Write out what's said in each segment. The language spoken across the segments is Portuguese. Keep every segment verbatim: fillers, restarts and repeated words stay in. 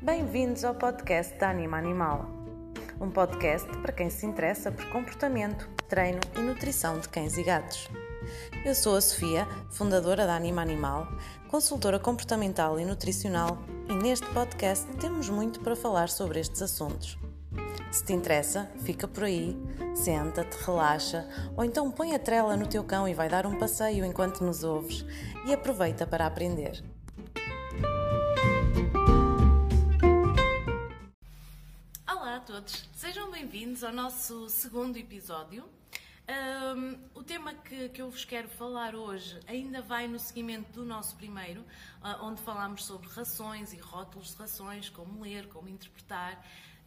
Bem-vindos ao podcast da Anima Animal, um podcast para quem se interessa por comportamento, treino e nutrição de cães e gatos. Eu sou a Sofia, fundadora da Anima Animal, consultora comportamental e nutricional, e neste podcast temos muito para falar sobre estes assuntos. Se te interessa, fica por aí, senta-te, relaxa, ou então põe a trela no teu cão e vai dar um passeio enquanto nos ouves e aproveita para aprender. Olá a todos, sejam bem-vindos ao nosso segundo episódio. Um, o tema que, que eu vos quero falar hoje ainda vai no seguimento do nosso primeiro, uh, onde falámos sobre rações e rótulos de rações, como ler, como interpretar.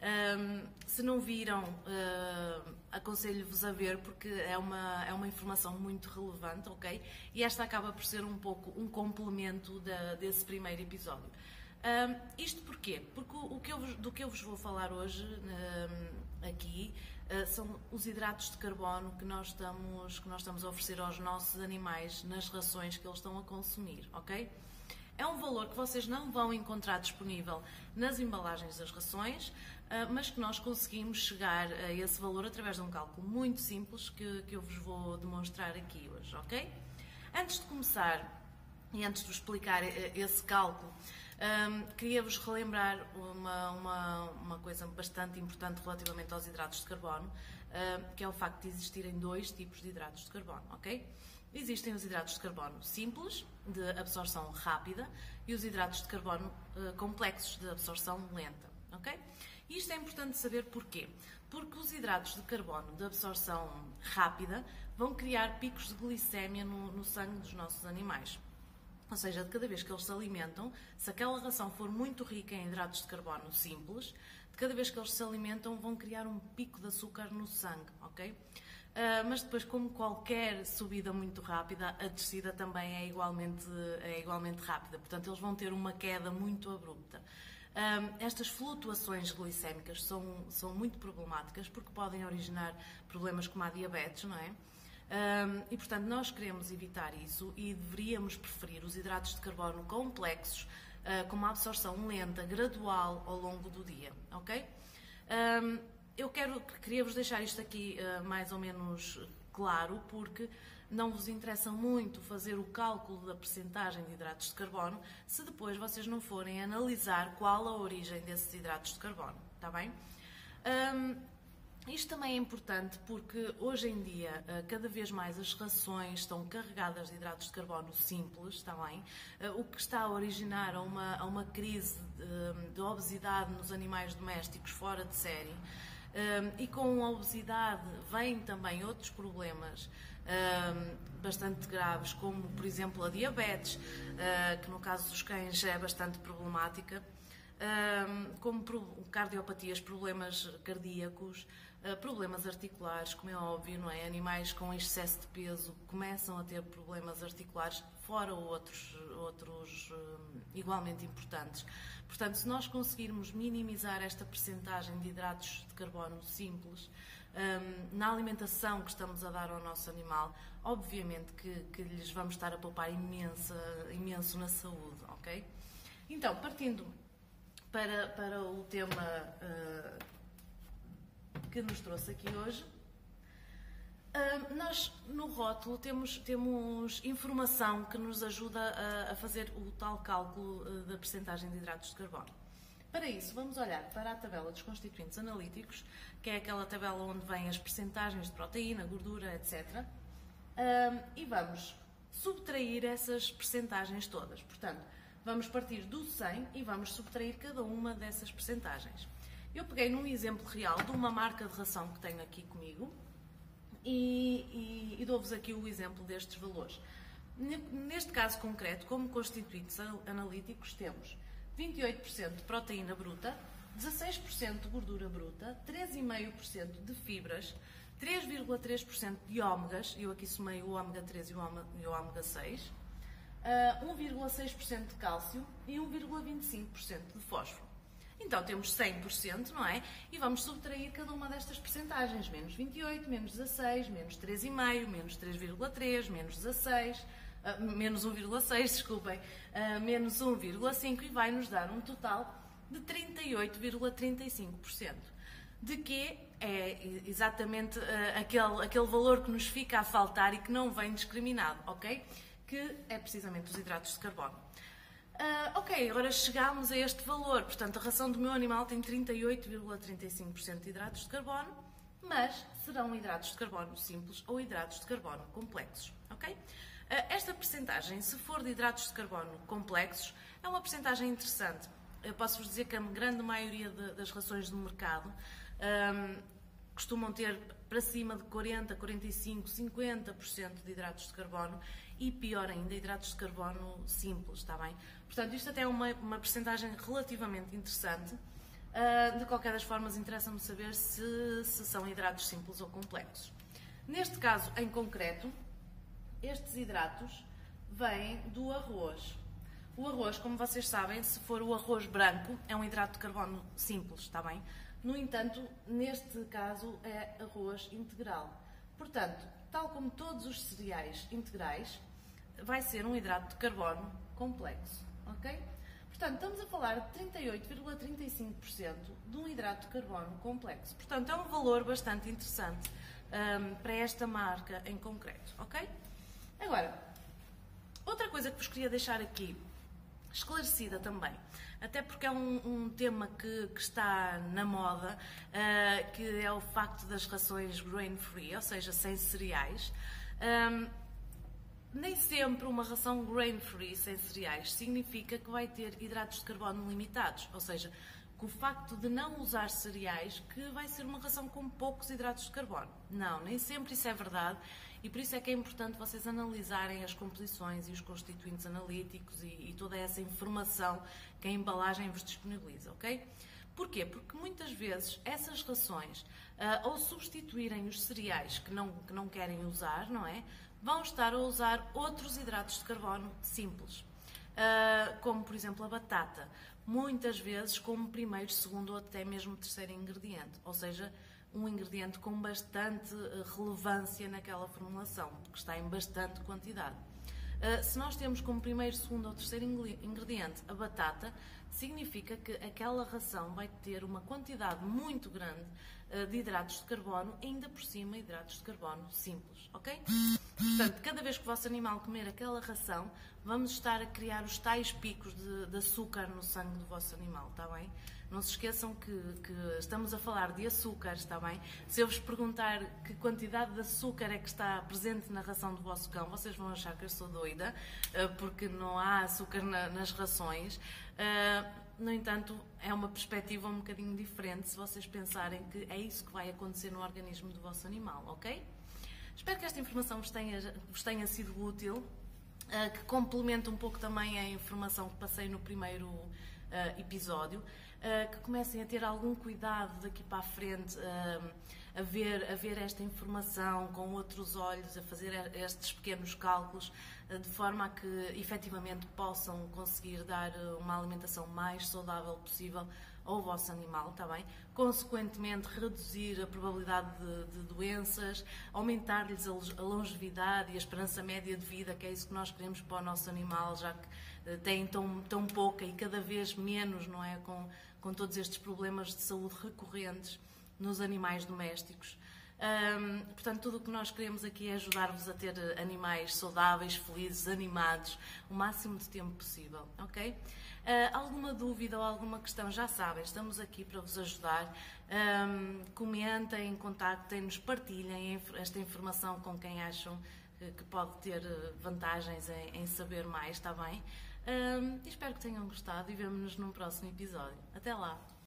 Um, se não viram, uh, aconselho-vos a ver, porque é uma, é uma informação muito relevante, ok? E esta acaba por ser um pouco um complemento da, desse primeiro episódio. Um, isto porquê? Porque o, o que eu, do que eu vos vou falar hoje um, aqui uh, são os hidratos de carbono que nós, estamos, que nós estamos a oferecer aos nossos animais nas rações que eles estão a consumir, ok? É um valor que vocês não vão encontrar disponível nas embalagens das rações, mas que nós conseguimos chegar a esse valor através de um cálculo muito simples que, que eu vos vou demonstrar aqui hoje, ok? Antes de começar e antes de vos explicar esse cálculo, um, queria-vos relembrar uma, uma, uma coisa bastante importante relativamente aos hidratos de carbono, uh, que é o facto de existirem dois tipos de hidratos de carbono, ok? Existem os hidratos de carbono simples, de absorção rápida, e os hidratos de carbono uh, complexos, de absorção lenta, ok? E isto é importante saber porquê. Porque os hidratos de carbono de absorção rápida vão criar picos de glicémia no, no sangue dos nossos animais. Ou seja, de cada vez que eles se alimentam, se aquela ração for muito rica em hidratos de carbono simples, de cada vez que eles se alimentam vão criar um pico de açúcar no sangue, ok? Uh, mas depois, como qualquer subida muito rápida, a descida também é igualmente, é igualmente rápida. Portanto, eles vão ter uma queda muito abrupta. Um, estas flutuações glicémicas são, são muito problemáticas porque podem originar problemas como a diabetes, não é? Um, e, portanto, nós queremos evitar isso e deveríamos preferir os hidratos de carbono complexos, uh, com uma absorção lenta, gradual ao longo do dia, ok? Um, eu quero, queria-vos deixar isto aqui uh, mais ou menos claro, porque não vos interessa muito fazer o cálculo da percentagem de hidratos de carbono se depois vocês não forem analisar qual a origem desses hidratos de carbono, está bem? Um, isto também é importante porque hoje em dia cada vez mais as rações estão carregadas de hidratos de carbono simples, está bem? O que está a originar a uma, a uma crise de, de obesidade nos animais domésticos fora de série. Um, e com a obesidade vêm também outros problemas um, bastante graves, como por exemplo a diabetes, uh, que no caso dos cães é bastante problemática, um, como pro, cardiopatias, problemas cardíacos, uh, problemas articulares, como é óbvio, não é? Animais com excesso de peso começam a ter problemas articulares, fora outros, outros um, igualmente importantes. Portanto, se nós conseguirmos minimizar esta percentagem de hidratos de carbono simples um, na alimentação que estamos a dar ao nosso animal, obviamente que, que lhes vamos estar a poupar imensa, imenso na saúde, ok? Então, partindo para, para o tema uh, que nos trouxe aqui hoje, Uh, nós no rótulo temos, temos informação que nos ajuda a, a fazer o tal cálculo uh, da percentagem de hidratos de carbono. Para isso, vamos olhar para a tabela dos constituintes analíticos, que é aquela tabela onde vêm as percentagens de proteína, gordura, etcétera. Uh, e vamos subtrair essas percentagens todas. Portanto, vamos partir do cem e vamos subtrair cada uma dessas percentagens. Eu peguei num exemplo real de uma marca de ração que tenho aqui comigo, E, e, e dou-vos aqui o exemplo destes valores. Neste caso concreto, como constituintes analíticos, temos vinte e oito por cento de proteína bruta, dezasseis por cento de gordura bruta, treze vírgula cinco por cento de fibras, três vírgula três por cento de ômegas, eu aqui somei o ômega três e o ômega seis, um vírgula seis por cento de cálcio e um vírgula vinte e cinco por cento de fósforo. Então temos cem por cento, não é? E vamos subtrair cada uma destas percentagens. Menos vinte e oito, menos dezasseis, menos três vírgula cinco, menos três vírgula três, menos dezasseis, uh, menos um vírgula seis, desculpem, uh, menos um vírgula cinco, e vai nos dar um total de trinta e oito vírgula trinta e cinco por cento. De que é exatamente uh, aquele, aquele valor que nos fica a faltar e que não vem discriminado, ok? Que é precisamente os hidratos de carbono. Uh, ok, agora chegámos a este valor, portanto a ração do meu animal tem trinta e oito vírgula trinta e cinco por cento de hidratos de carbono, mas serão hidratos de carbono simples ou hidratos de carbono complexos, ok? Uh, esta percentagem, se for de hidratos de carbono complexos, é uma percentagem interessante. Eu posso-vos dizer que a grande maioria de, das rações do mercado um, costumam ter para cima de quarenta, quarenta e cinco, cinquenta por cento de hidratos de carbono e, pior ainda, hidratos de carbono simples, está bem? Portanto, isto até é uma, uma percentagem relativamente interessante. Uh, de qualquer das formas, interessa-me saber se, se são hidratos simples ou complexos. Neste caso, em concreto, estes hidratos vêm do arroz. O arroz, como vocês sabem, se for o arroz branco, é um hidrato de carbono simples, está bem? No entanto, neste caso é arroz integral. Portanto, tal como todos os cereais integrais, vai ser um hidrato de carbono complexo, ok? Portanto, estamos a falar de trinta e oito vírgula trinta e cinco por cento de um hidrato de carbono complexo. Portanto, é um valor bastante interessante um, para esta marca em concreto, ok? Agora, outra coisa que vos queria deixar aqui esclarecida também, até porque é um, um tema que, que está na moda, uh, que é o facto das rações grain-free, ou seja, sem cereais. Um, nem sempre uma ração grain-free, sem cereais, significa que vai ter hidratos de carbono limitados, ou seja, que o facto de não usar cereais que vai ser uma ração com poucos hidratos de carbono. Não, nem sempre isso é verdade. E por isso é que é importante vocês analisarem as composições e os constituintes analíticos e, e toda essa informação que a embalagem vos disponibiliza, ok? Porquê? Porque muitas vezes essas rações, uh, ao substituírem os cereais que não, que não querem usar, não é? Vão estar a usar outros hidratos de carbono simples, uh, como por exemplo a batata, muitas vezes como primeiro, segundo ou até mesmo terceiro ingrediente, ou seja, um ingrediente com bastante relevância naquela formulação, porque está em bastante quantidade. Uh, se nós temos como primeiro, segundo ou terceiro ingrediente a batata, significa que aquela ração vai ter uma quantidade muito grande uh, de hidratos de carbono, ainda por cima hidratos de carbono simples, ok? Portanto, cada vez que o vosso animal comer aquela ração, vamos estar a criar os tais picos de, de açúcar no sangue do vosso animal, está bem? Não se esqueçam que, que estamos a falar de açúcar, está bem? Se eu vos perguntar que quantidade de açúcar é que está presente na ração do vosso cão, vocês vão achar que eu sou doida, porque não há açúcar na, nas rações. No entanto, é uma perspectiva um bocadinho diferente se vocês pensarem que é isso que vai acontecer no organismo do vosso animal, ok? Espero que esta informação vos tenha, vos tenha sido útil, que complemente um pouco também a informação que passei no primeiro episódio. Uh, que comecem a ter algum cuidado daqui para a frente, uh, a, ver, a ver esta informação com outros olhos, a fazer estes pequenos cálculos, uh, de forma a que efetivamente possam conseguir dar uma alimentação mais saudável possível ao vosso animal, está bem? Consequentemente, reduzir a probabilidade de, de doenças, aumentar-lhes a longevidade e a esperança média de vida, que é isso que nós queremos para o nosso animal, já que uh, têm tão, tão pouca e cada vez menos, não é? Com, com todos estes problemas de saúde recorrentes nos animais domésticos. Um, portanto, tudo o que nós queremos aqui é ajudar-vos a ter animais saudáveis, felizes, animados, o máximo de tempo possível, ok? Uh, alguma dúvida ou alguma questão, já sabem, estamos aqui para vos ajudar. Um, comentem, contactem-nos, partilhem esta informação com quem acham que, que pode ter vantagens em, em saber mais, está bem? Um, espero que tenham gostado e vemo-nos num próximo episódio. Até lá!